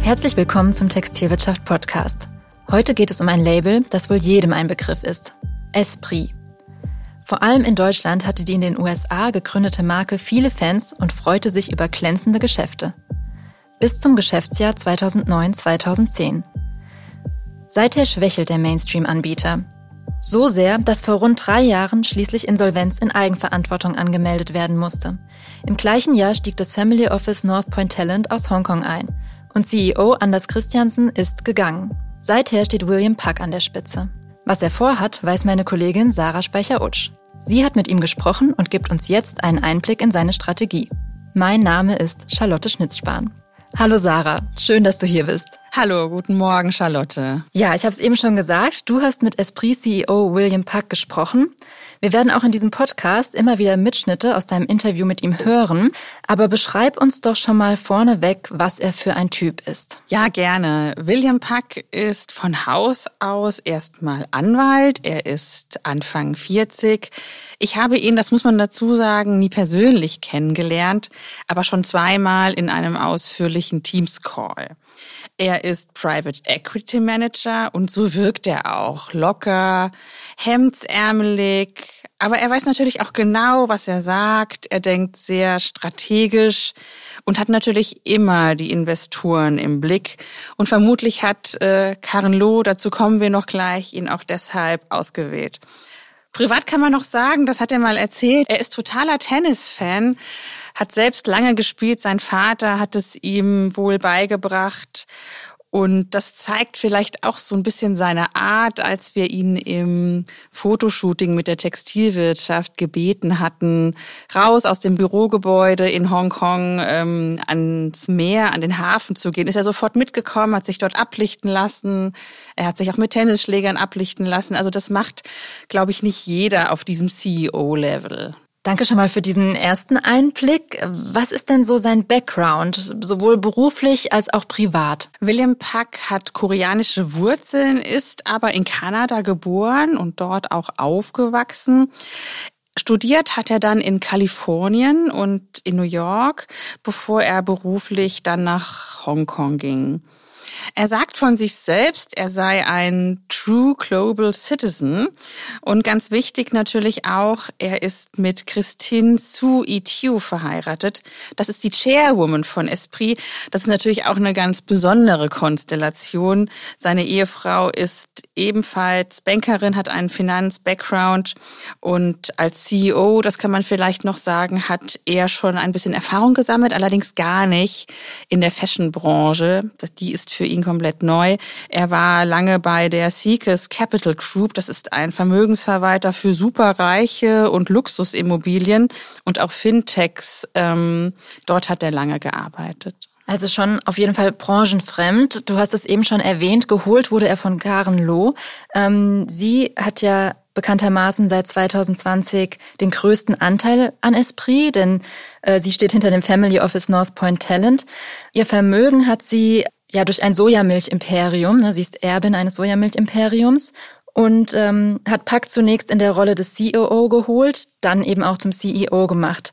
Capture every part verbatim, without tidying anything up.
Herzlich willkommen zum Textilwirtschaft-Podcast. Heute geht es um ein Label, das wohl jedem ein Begriff ist: Esprit. Vor allem in Deutschland hatte die in den U S A gegründete Marke viele Fans und freute sich über glänzende Geschäfte. Bis zum Geschäftsjahr zweitausendneun zweitausendzehn. Seither schwächelt der Mainstream-Anbieter. So sehr, dass vor rund drei Jahren schließlich Insolvenz in Eigenverantwortung angemeldet werden musste. Im gleichen Jahr stieg das Family Office North Point Talent aus Hongkong ein und C E O Anders Christiansen ist gegangen. Seither steht William Puck an der Spitze. Was er vorhat, weiß meine Kollegin Sarah Speicher-Utsch. Sie hat mit ihm gesprochen und gibt uns jetzt einen Einblick in seine Strategie. Mein Name ist Charlotte Schnitzspahn. Hallo Sarah, schön, dass du hier bist. Hallo, guten Morgen Charlotte. Ja, ich habe es eben schon gesagt, du hast mit Esprit-C E O William Puck gesprochen. Wir werden auch in diesem Podcast immer wieder Mitschnitte aus deinem Interview mit ihm hören. Aber beschreib uns doch schon mal vorneweg, was er für ein Typ ist. Ja, gerne. William Puck ist von Haus aus erstmal Anwalt. Er ist Anfang vierzig. Ich habe ihn, das muss man dazu sagen, nie persönlich kennengelernt, aber schon zweimal in einem ausführlichen Teams-Call. Er ist Private Equity Manager und so wirkt er auch. Locker, hemdsärmelig, aber er weiß natürlich auch genau, was er sagt. Er denkt sehr strategisch und hat natürlich immer die Investoren im Blick. Und vermutlich hat äh, Karen Loh, dazu kommen wir noch gleich, ihn auch deshalb ausgewählt. Privat kann man noch sagen, das hat er mal erzählt, er ist totaler Tennisfan, hat selbst lange gespielt, sein Vater hat es ihm wohl beigebracht. Und das zeigt vielleicht auch so ein bisschen seine Art, als wir ihn im Fotoshooting mit der Textilwirtschaft gebeten hatten, raus aus dem Bürogebäude in Hongkong ähm, ans Meer, an den Hafen zu gehen. Ist er sofort mitgekommen, hat sich dort ablichten lassen. Er hat sich auch mit Tennisschlägern ablichten lassen. Also das macht, glaube ich, nicht jeder auf diesem C E O-Level. Danke schon mal für diesen ersten Einblick. Was ist denn so sein Background, sowohl beruflich als auch privat? William Puck hat koreanische Wurzeln, ist aber in Kanada geboren und dort auch aufgewachsen. Studiert hat er dann in Kalifornien und in New York, bevor er beruflich dann nach Hongkong ging. Er sagt von sich selbst, er sei ein True Global Citizen und ganz wichtig natürlich auch, er ist mit Christine Su Itieu verheiratet. Das ist die Chairwoman von Esprit. Das ist natürlich auch eine ganz besondere Konstellation. Seine Ehefrau ist ebenfalls Bankerin, hat einen Finanz-Background und als C E O, das kann man vielleicht noch sagen, hat er schon ein bisschen Erfahrung gesammelt, allerdings gar nicht in der Fashion-Branche. Die ist für ihn komplett neu. Er war lange bei der Seekers Capital Group. Das ist ein Vermögensverwalter für Superreiche und Luxusimmobilien und auch Fintechs. Ähm, dort hat er lange gearbeitet. Also schon auf jeden Fall branchenfremd. Du hast es eben schon erwähnt, geholt wurde er von Karen Loh. Ähm, sie hat ja bekanntermaßen seit zweitausendzwanzig den größten Anteil an Esprit, denn äh, sie steht hinter dem Family Office North Point Talent. Ihr Vermögen hat sie ja durch ein Sojamilchimperium, ne, sie ist Erbin eines Sojamilchimperiums und ähm, hat Puck zunächst in der Rolle des C E O geholt, dann eben auch zum C E O gemacht.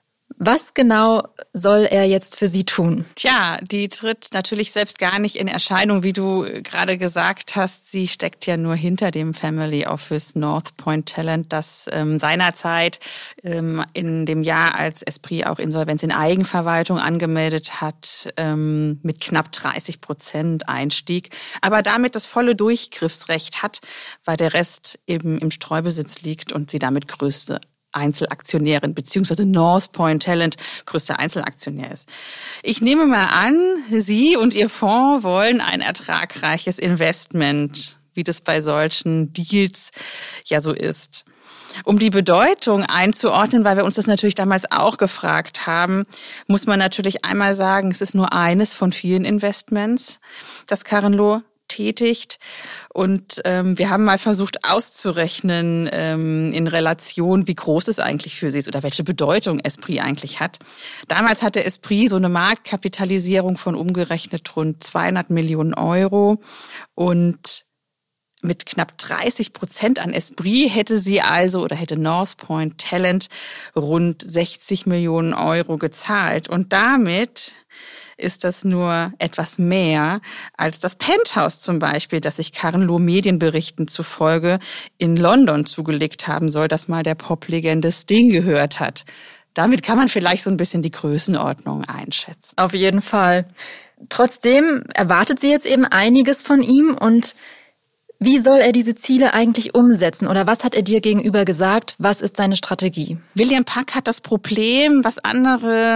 Was genau soll er jetzt für sie tun? Tja, die tritt natürlich selbst gar nicht in Erscheinung, wie du gerade gesagt hast. Sie steckt ja nur hinter dem Family Office North Point Talent, das ähm, seinerzeit ähm, in dem Jahr, als Esprit auch Insolvenz in Eigenverwaltung angemeldet hat, ähm, mit knapp dreißig Prozent Einstieg, aber damit das volle Durchgriffsrecht hat, weil der Rest eben im Streubesitz liegt und sie damit größte Einzelaktionärin beziehungsweise North Point Talent größter Einzelaktionär ist. Ich nehme mal an, Sie und Ihr Fonds wollen ein ertragreiches Investment, wie das bei solchen Deals ja so ist. Um die Bedeutung einzuordnen, weil wir uns das natürlich damals auch gefragt haben, muss man natürlich einmal sagen, es ist nur eines von vielen Investments, das Karen Loh tätigt. Und ähm, wir haben mal versucht auszurechnen ähm, in Relation, wie groß es eigentlich für sie ist oder welche Bedeutung Esprit eigentlich hat. Damals hatte Esprit so eine Marktkapitalisierung von umgerechnet rund zweihundert Millionen Euro und Mit knapp dreißig Prozent an Esprit hätte sie also oder hätte North Point Talent rund sechzig Millionen Euro gezahlt. Und damit ist das nur etwas mehr als das Penthouse zum Beispiel, das sich Karen Loh Medienberichten zufolge in London zugelegt haben soll, das mal der Poplegende Sting gehört hat. Damit kann man vielleicht so ein bisschen die Größenordnung einschätzen. Auf jeden Fall. Trotzdem erwartet sie jetzt eben einiges von ihm. Und wie soll er diese Ziele eigentlich umsetzen? Oder was hat er dir gegenüber gesagt? Was ist seine Strategie? William Park hat das Problem, was andere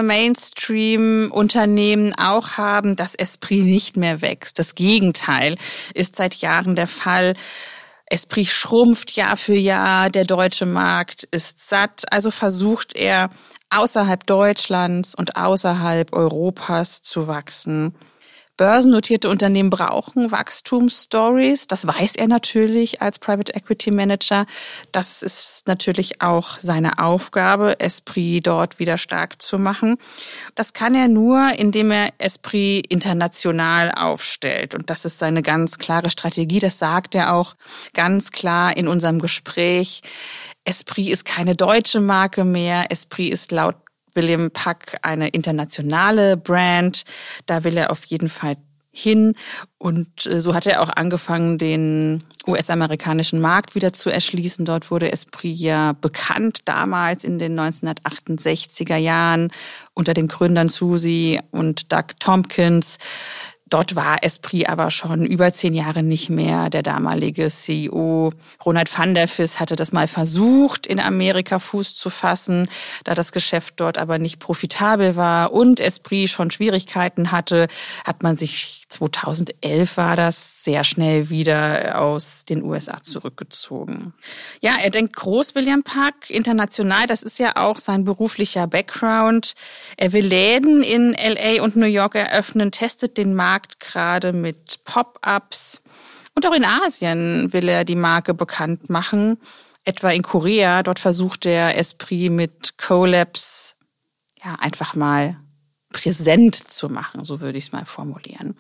Mainstream-Unternehmen auch haben, dass Esprit nicht mehr wächst. Das Gegenteil ist seit Jahren der Fall. Esprit schrumpft Jahr für Jahr, der deutsche Markt ist satt. Also versucht er, außerhalb Deutschlands und außerhalb Europas zu wachsen. Börsennotierte Unternehmen brauchen Wachstumsstories. Das weiß er natürlich als Private Equity Manager. Das ist natürlich auch seine Aufgabe, Esprit dort wieder stark zu machen. Das kann er nur, indem er Esprit international aufstellt. Und das ist seine ganz klare Strategie. Das sagt er auch ganz klar in unserem Gespräch. Esprit ist keine deutsche Marke mehr. Esprit ist laut William Park eine internationale Brand. Da will er auf jeden Fall hin. Und so hat er auch angefangen, den U S-amerikanischen Markt wieder zu erschließen. Dort wurde Esprit ja bekannt, damals in den neunzehnhundertachtundsechziger Jahren unter den Gründern Suzy und Doug Tompkins. Dort war Esprit aber schon über zehn Jahre nicht mehr. Der damalige C E O Ronald van der Vis hatte das mal versucht, in Amerika Fuß zu fassen, da das Geschäft dort aber nicht profitabel war und Esprit schon Schwierigkeiten hatte, hat man sich zweitausendelf war das sehr schnell wieder aus den U S A zurückgezogen. Ja, er denkt groß, William Park, international. Das ist ja auch sein beruflicher Background. Er will Läden in L A und New York eröffnen, testet den Markt gerade mit Pop-ups. Und auch in Asien will er die Marke bekannt machen. Etwa in Korea. Dort versucht er Esprit mit Collabs ja einfach mal präsent zu machen, so würde ich es mal formulieren.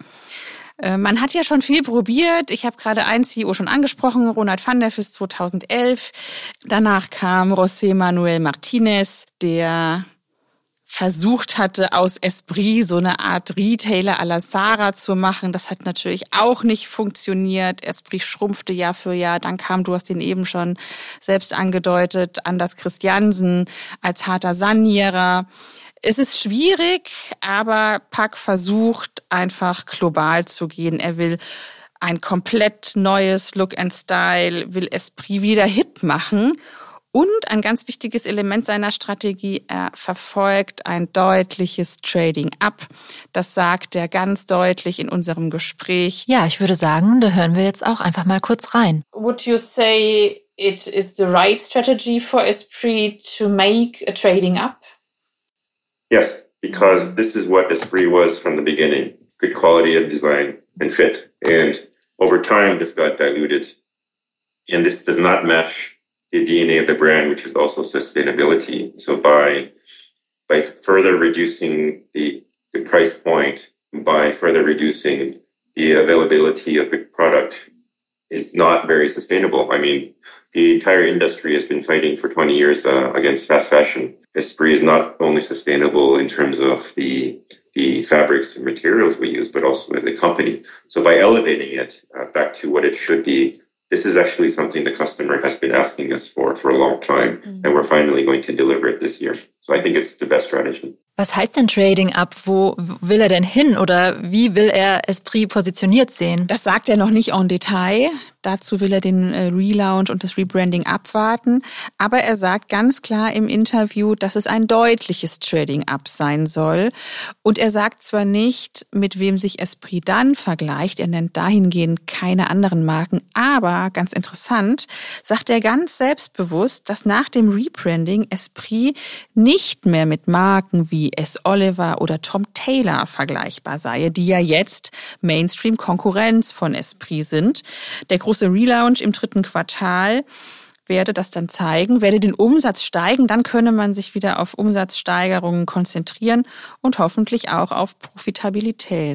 Man hat ja schon viel probiert. Ich habe gerade einen C E O schon angesprochen, Ronald van der Vis zweitausendelf. Danach kam José Manuel Martinez, der versucht hatte, aus Esprit so eine Art Retailer à la Zara zu machen. Das hat natürlich auch nicht funktioniert. Esprit schrumpfte Jahr für Jahr. Dann kam, du hast ihn eben schon selbst angedeutet, Anders Christiansen als harter Sanierer. Es ist schwierig, aber Park versucht einfach global zu gehen. Er will ein komplett neues Look and Style, will Esprit wieder hip machen. Und ein ganz wichtiges Element seiner Strategie, er verfolgt ein deutliches Trading up. Das sagt er ganz deutlich in unserem Gespräch. Ja, ich würde sagen, da hören wir jetzt auch einfach mal kurz rein. Would you say it is the right strategy for Esprit to make a trading up? Yes, because this is what Esprit was from the beginning. Good quality of design and fit. And over time, this got diluted. And this does not match the D N A of the brand, which is also sustainability. So by by further reducing the, the price point, by further reducing the availability of good product, it's not very sustainable. I mean, the entire industry has been fighting for twenty years uh, against fast fashion. Esprit is not only sustainable in terms of the the fabrics and materials we use, but also as a company. So by elevating it uh, back to what it should be, this is actually something the customer has been asking us for for a long time, mm-hmm. and we're finally going to deliver it this year. So I think it's the best strategy. Was heißt denn Trading up? Wo will er denn hin oder wie will er Esprit positioniert sehen? Das sagt er noch nicht en Detail. Dazu will er den Relaunch und das Rebranding abwarten. Aber er sagt ganz klar im Interview, dass es ein deutliches Trading up sein soll. Und er sagt zwar nicht, mit wem sich Esprit dann vergleicht, er nennt dahingehend keine anderen Marken, aber ganz interessant, sagt er ganz selbstbewusst, dass nach dem Rebranding Esprit nicht mehr mit Marken wie S. Oliver oder Tom Taylor vergleichbar sei, die ja jetzt Mainstream-Konkurrenz von Esprit sind. Der große Relaunch im dritten Quartal werde das dann zeigen, werde den Umsatz steigen, dann könne man sich wieder auf Umsatzsteigerungen konzentrieren und hoffentlich auch auf Profitabilität.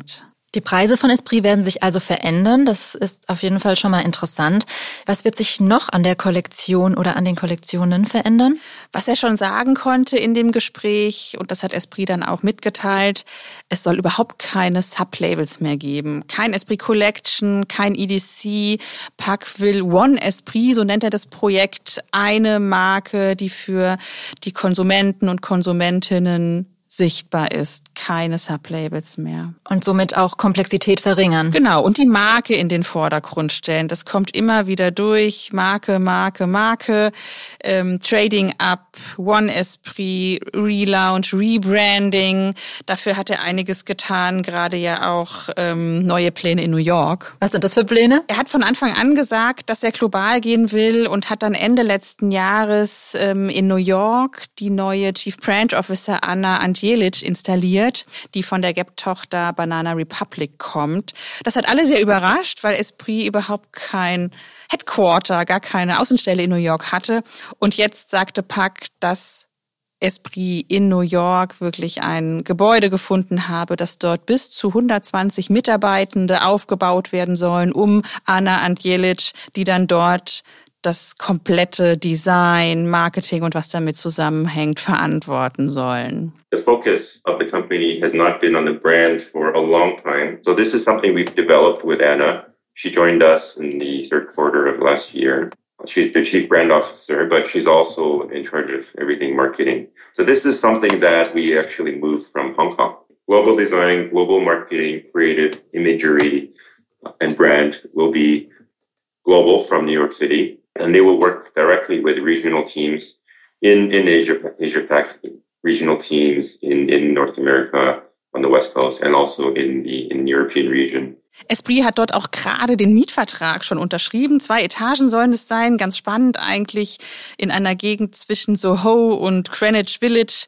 Die Preise von Esprit werden sich also verändern. Das ist auf jeden Fall schon mal interessant. Was wird sich noch an der Kollektion oder an den Kollektionen verändern? Was er schon sagen konnte in dem Gespräch, und das hat Esprit dann auch mitgeteilt, es soll überhaupt keine Sublabels mehr geben. Kein Esprit Collection, kein E D C. Pac will One Esprit, so nennt er das Projekt, eine Marke, die für die Konsumenten und Konsumentinnen sichtbar ist. Keine Sublabels mehr. Und somit auch Komplexität verringern. Genau, und die Marke in den Vordergrund stellen. Das kommt immer wieder durch. Marke, Marke, Marke, ähm, Trading Up, One Esprit, Relaunch, Rebranding. Dafür hat er einiges getan, gerade ja auch ähm, neue Pläne in New York. Was sind das für Pläne? Er hat von Anfang an gesagt, dass er global gehen will und hat dann Ende letzten Jahres ähm, in New York die neue Chief Brand Officer Anna Andjelic installiert, die von der Gap-Tochter Banana Republic kommt. Das hat alle sehr überrascht, weil Esprit überhaupt kein Headquarter, gar keine Außenstelle in New York hatte. Und jetzt sagte Pac, dass Esprit in New York wirklich ein Gebäude gefunden habe, dass dort bis zu hundertzwanzig Mitarbeitende aufgebaut werden sollen, um Anna Andjelic, die dann dort das komplette Design, Marketing und was damit zusammenhängt, verantworten sollen. The focus of the company has not been on the brand for a long time. So this is something we've developed with Anna. She joined us in the third quarter of last year. She's the chief brand officer, but she's also in charge of everything marketing. So this is something that we actually moved from Hong Kong. Global design, global marketing, creative imagery, and brand will be global from New York City. And they will work directly with regional teams in, in Asia, Asia Pac, regional teams in, in North America on the West Coast and also in the in European region. Esprit hat dort auch gerade den Mietvertrag schon unterschrieben. Zwei Etagen sollen es sein. Ganz spannend eigentlich in einer Gegend zwischen Soho und Greenwich Village.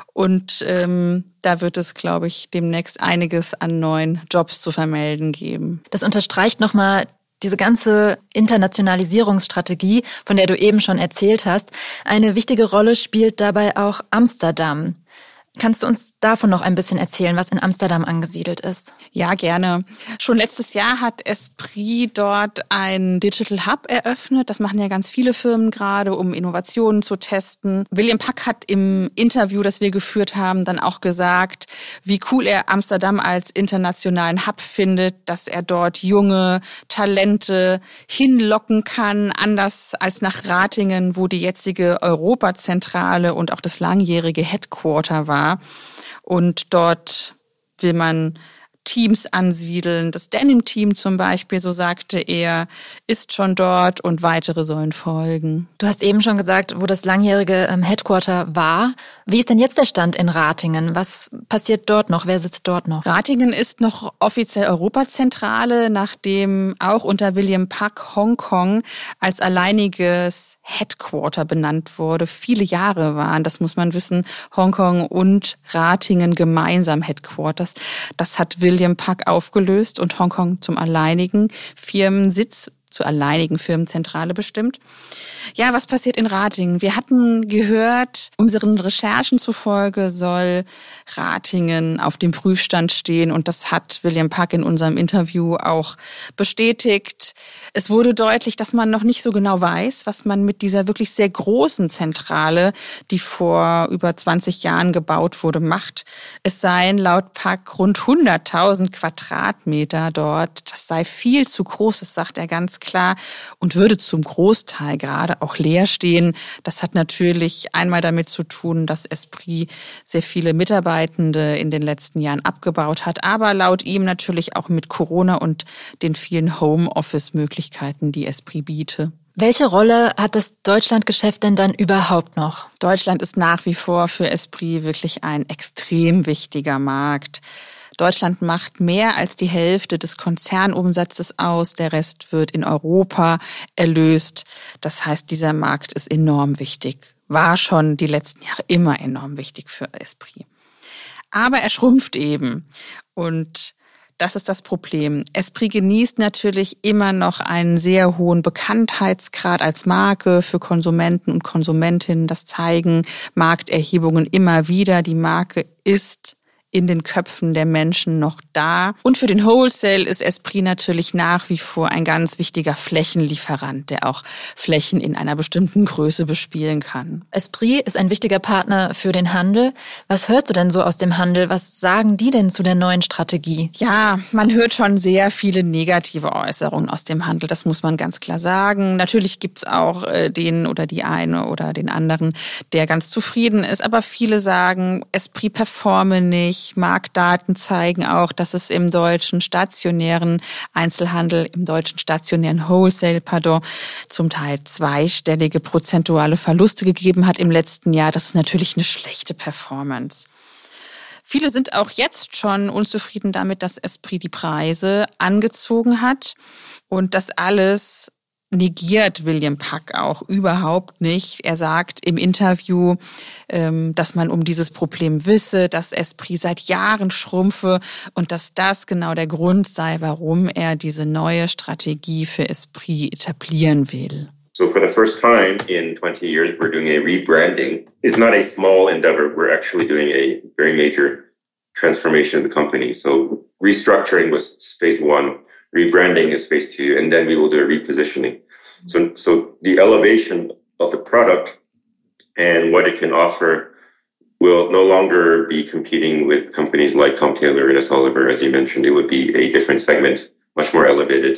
Und ähm, da wird es, glaube ich, demnächst einiges an neuen Jobs zu vermelden geben. Das unterstreicht nochmal diese ganze Internationalisierungsstrategie, von der du eben schon erzählt hast. Eine wichtige Rolle spielt dabei auch Amsterdam. Kannst du uns davon noch ein bisschen erzählen, was in Amsterdam angesiedelt ist? Ja, gerne. Schon letztes Jahr hat Esprit dort ein Digital Hub eröffnet. Das machen ja ganz viele Firmen gerade, um Innovationen zu testen. William Pac hat im Interview, das wir geführt haben, dann auch gesagt, wie cool er Amsterdam als internationalen Hub findet, dass er dort junge Talente hinlocken kann, anders als nach Ratingen, wo die jetzige Europazentrale und auch das langjährige Headquarter war. Und dort will man Teams ansiedeln. Das Denim-Team zum Beispiel, so sagte er, ist schon dort und weitere sollen folgen. Du hast eben schon gesagt, wo das langjährige ähm, Headquarter war. Wie ist denn jetzt der Stand in Ratingen? Was passiert dort noch? Wer sitzt dort noch? Ratingen ist noch offiziell Europazentrale, nachdem auch unter William Pac Hongkong als alleiniges Headquarter benannt wurde. Viele Jahre waren, das muss man wissen, Hongkong und Ratingen gemeinsam Headquarters. Das hat William William Pac aufgelöst und Hongkong zum alleinigen Firmensitz, zur alleinigen Firmenzentrale bestimmt. Ja, was passiert in Ratingen? Wir hatten gehört, unseren Recherchen zufolge soll Ratingen auf dem Prüfstand stehen und das hat William Pac in unserem Interview auch bestätigt. Es wurde deutlich, dass man noch nicht so genau weiß, was man mit dieser wirklich sehr großen Zentrale, die vor über zwanzig Jahren gebaut wurde, macht. Es seien laut Pac rund hunderttausend Quadratmeter dort. Das sei viel zu groß, das sagt er ganz klar, und würde zum Großteil gerade auch leer stehen. Das hat natürlich einmal damit zu tun, dass Esprit sehr viele Mitarbeitende in den letzten Jahren abgebaut hat, aber laut ihm natürlich auch mit Corona und den vielen Homeoffice-Möglichkeiten, die Esprit biete. Welche Rolle hat das Deutschlandgeschäft denn dann überhaupt noch? Deutschland ist nach wie vor für Esprit wirklich ein extrem wichtiger Markt. Deutschland macht mehr als die Hälfte des Konzernumsatzes aus. Der Rest wird in Europa erlöst. Das heißt, dieser Markt ist enorm wichtig. War schon die letzten Jahre immer enorm wichtig für Esprit. Aber er schrumpft eben. Und das ist das Problem. Esprit genießt natürlich immer noch einen sehr hohen Bekanntheitsgrad als Marke für Konsumenten und Konsumentinnen. Das zeigen Markterhebungen immer wieder. Die Marke ist in den Köpfen der Menschen noch da. Und für den Wholesale ist Esprit natürlich nach wie vor ein ganz wichtiger Flächenlieferant, der auch Flächen in einer bestimmten Größe bespielen kann. Esprit ist ein wichtiger Partner für den Handel. Was hörst du denn so aus dem Handel? Was sagen die denn zu der neuen Strategie? Ja, man hört schon sehr viele negative Äußerungen aus dem Handel. Das muss man ganz klar sagen. Natürlich gibt's auch äh, den oder die eine oder den anderen, der ganz zufrieden ist. Aber viele sagen, Esprit performe nicht. Marktdaten zeigen auch, dass es im deutschen stationären Einzelhandel, im deutschen stationären Wholesale, pardon, zum Teil zweistellige prozentuale Verluste gegeben hat im letzten Jahr. Das ist natürlich eine schlechte Performance. Viele sind auch jetzt schon unzufrieden damit, dass Esprit die Preise angezogen hat. Und das alles negiert William Pack auch überhaupt nicht. Er sagt im Interview, dass man um dieses Problem wisse, dass Esprit seit Jahren schrumpfe und dass das genau der Grund sei, warum er diese neue Strategie für Esprit etablieren will. So for the first time in twenty years, we're doing a rebranding. It's not a small endeavor. We're actually doing a very major transformation of the company. So restructuring was phase one. Rebranding is phase two, and then we will do a repositioning. So, so the elevation of the product and what it can offer will no longer be competing with companies like Tom Taylor and S. Oliver, as you mentioned. It would be a different segment, much more elevated.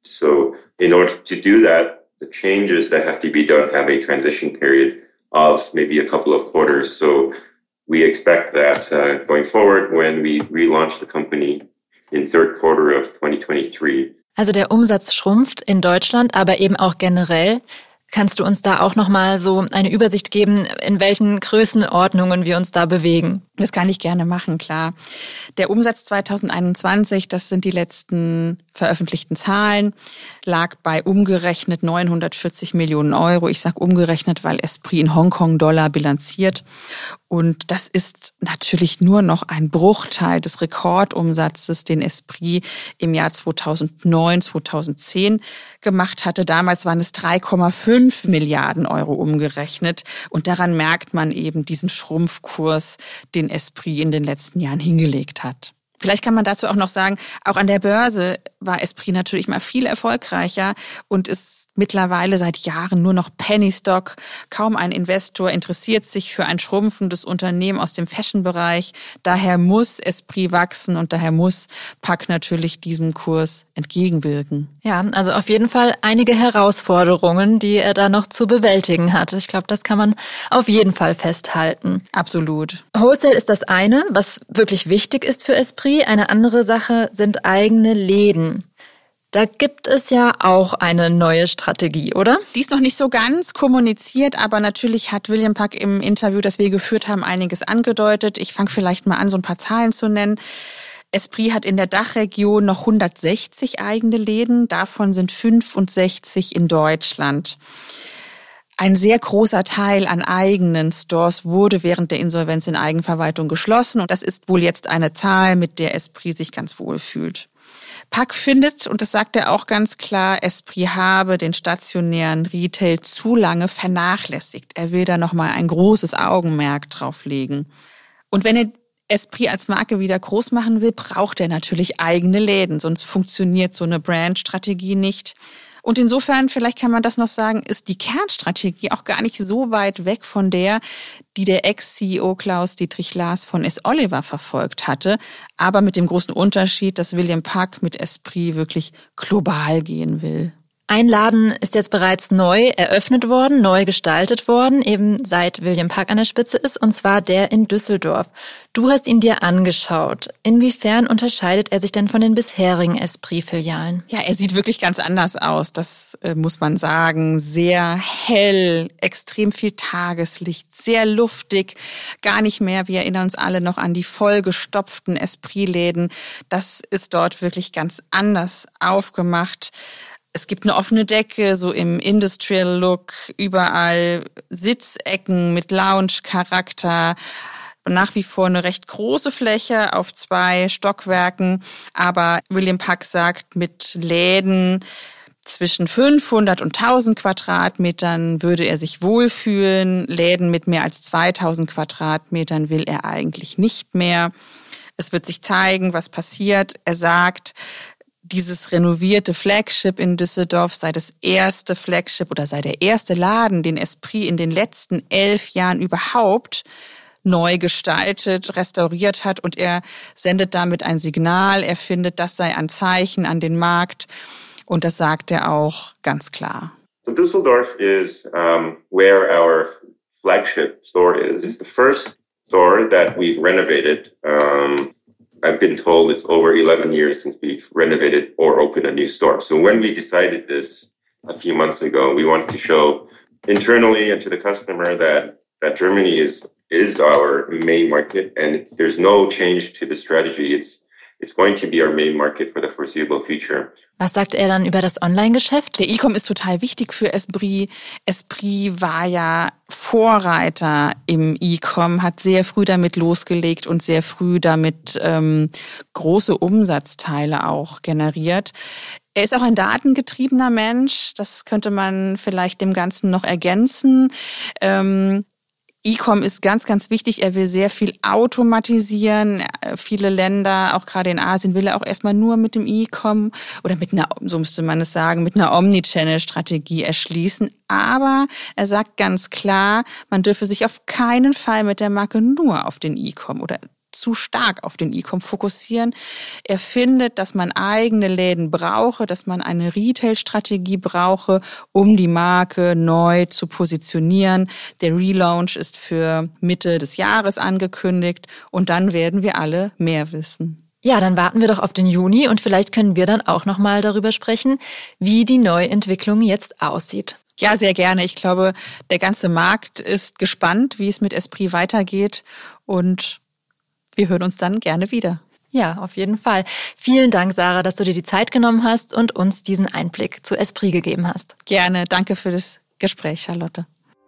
So in order to do that, the changes that have to be done have a transition period of maybe a couple of quarters. So we expect that uh, going forward, when we relaunch the company in third quarter of twenty twenty-three. Also der Umsatz schrumpft in Deutschland, aber eben auch generell. Kannst du uns da auch nochmal so eine Übersicht geben, in welchen Größenordnungen wir uns da bewegen? Das kann ich gerne machen, klar. Der Umsatz zwanzig einundzwanzig, das sind die letzten veröffentlichten Zahlen, lag bei umgerechnet neunhundertvierzig Millionen Euro. Ich sage umgerechnet, weil Esprit in Hongkong-Dollar bilanziert. Und das ist natürlich nur noch ein Bruchteil des Rekordumsatzes, den Esprit im Jahr zweitausendneun, zweitausendzehn gemacht hatte. Damals waren es drei Komma fünf Milliarden Euro umgerechnet. Und daran merkt man eben diesen Schrumpfkurs, den Esprit in den letzten Jahren hingelegt hat. Vielleicht kann man dazu auch noch sagen, auch an der Börse war Esprit natürlich mal viel erfolgreicher und ist mittlerweile seit Jahren nur noch Penny Stock. Kaum ein Investor interessiert sich für ein schrumpfendes Unternehmen aus dem Fashion-Bereich. Daher muss Esprit wachsen und daher muss Pack natürlich diesem Kurs entgegenwirken. Ja, also auf jeden Fall einige Herausforderungen, die er da noch zu bewältigen hat. Ich glaube, das kann man auf jeden Fall festhalten. Absolut. Wholesale ist das eine, was wirklich wichtig ist für Esprit. Eine andere Sache sind eigene Läden. Da gibt es ja auch eine neue Strategie, oder? Die ist noch nicht so ganz kommuniziert, aber natürlich hat William Pack im Interview, das wir geführt haben, einiges angedeutet. Ich fange vielleicht mal an, so ein paar Zahlen zu nennen. Esprit hat in der Dachregion noch hundertsechzig eigene Läden, davon sind fünfundsechzig in Deutschland. Ein sehr großer Teil an eigenen Stores wurde während der Insolvenz in Eigenverwaltung geschlossen und das ist wohl jetzt eine Zahl, mit der Esprit sich ganz wohl fühlt. Pack findet, und das sagt er auch ganz klar, Esprit habe den stationären Retail zu lange vernachlässigt. Er will da nochmal ein großes Augenmerk drauf legen. Und wenn er Esprit als Marke wieder groß machen will, braucht er natürlich eigene Läden, sonst funktioniert so eine Brandstrategie nicht. Und insofern, vielleicht kann man das noch sagen, ist die Kernstrategie auch gar nicht so weit weg von der, die der Ex-C E O Klaus-Dietrich Lahrs von S. Oliver verfolgt hatte, aber mit dem großen Unterschied, dass William Pack mit Esprit wirklich global gehen will. Ein Laden ist jetzt bereits neu eröffnet worden, neu gestaltet worden, eben seit William Pack an der Spitze ist, und zwar der in Düsseldorf. Du hast ihn dir angeschaut. Inwiefern unterscheidet er sich denn von den bisherigen Esprit-Filialen? Ja, er sieht wirklich ganz anders aus, das äh, muss man sagen. Sehr hell, extrem viel Tageslicht, sehr luftig, gar nicht mehr, wir erinnern uns alle noch an die vollgestopften Esprit-Läden. Das ist dort wirklich ganz anders aufgemacht. Es gibt eine offene Decke, so im Industrial-Look, überall Sitzecken mit Lounge-Charakter, nach wie vor eine recht große Fläche auf zwei Stockwerken, aber William Pack sagt, mit Läden zwischen fünfhundert und tausend Quadratmetern würde er sich wohlfühlen. Läden mit mehr als zweitausend Quadratmetern will er eigentlich nicht mehr. Es wird sich zeigen, was passiert. Er sagt, dieses renovierte Flagship in Düsseldorf sei das erste Flagship oder sei der erste Laden, den Esprit in den letzten elf Jahren überhaupt neu gestaltet, restauriert hat. Und er sendet damit ein Signal. Er findet, das sei ein Zeichen an den Markt. Und das sagt er auch ganz klar. So Düsseldorf is um, where our flagship store is. It's the first store that we've renovated. Um, I've been told it's over eleven years since we've renovated or opened a new store. So when we decided this a few months ago, we wanted to show internally and to the customer that, that Germany is, is our main market and there's no change to the strategy. It's It's going to be our main market for the foreseeable future. Was sagt er dann über das Online-Geschäft? Der E-Com ist total wichtig für Esprit. Esprit war ja Vorreiter im E-Com, hat sehr früh damit losgelegt und sehr früh damit ähm, große Umsatzteile auch generiert. Er ist auch ein datengetriebener Mensch. Das könnte man vielleicht dem Ganzen noch ergänzen. Ähm, E-Com ist ganz, ganz wichtig. Er will sehr viel automatisieren. Viele Länder, auch gerade in Asien, will er auch erstmal nur mit dem E-Com oder mit einer, so müsste man es sagen, mit einer Omnichannel-Strategie erschließen. Aber er sagt ganz klar, man dürfe sich auf keinen Fall mit der Marke nur auf den E-Com oder zu stark auf den E-Com fokussieren. Er findet, dass man eigene Läden brauche, dass man eine Retail-Strategie brauche, um die Marke neu zu positionieren. Der Relaunch ist für Mitte des Jahres angekündigt und dann werden wir alle mehr wissen. Ja, dann warten wir doch auf den Juni und vielleicht können wir dann auch nochmal darüber sprechen, wie die Neuentwicklung jetzt aussieht. Ja, sehr gerne. Ich glaube, der ganze Markt ist gespannt, wie es mit Esprit weitergeht und wir hören uns dann gerne wieder. Ja, auf jeden Fall. Vielen Dank, Sarah, dass du dir die Zeit genommen hast und uns diesen Einblick zu Esprit gegeben hast. Gerne. Danke für das Gespräch, Charlotte.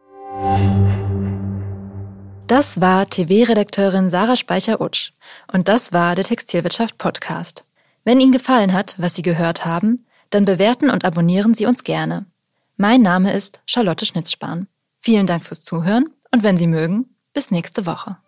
Das war T V-Redakteurin Sarah Speicher-Utsch. Und das war der Textilwirtschaft-Podcast. Wenn Ihnen gefallen hat, was Sie gehört haben, dann bewerten und abonnieren Sie uns gerne. Mein Name ist Charlotte Schnitzspahn. Vielen Dank fürs Zuhören und wenn Sie mögen, bis nächste Woche.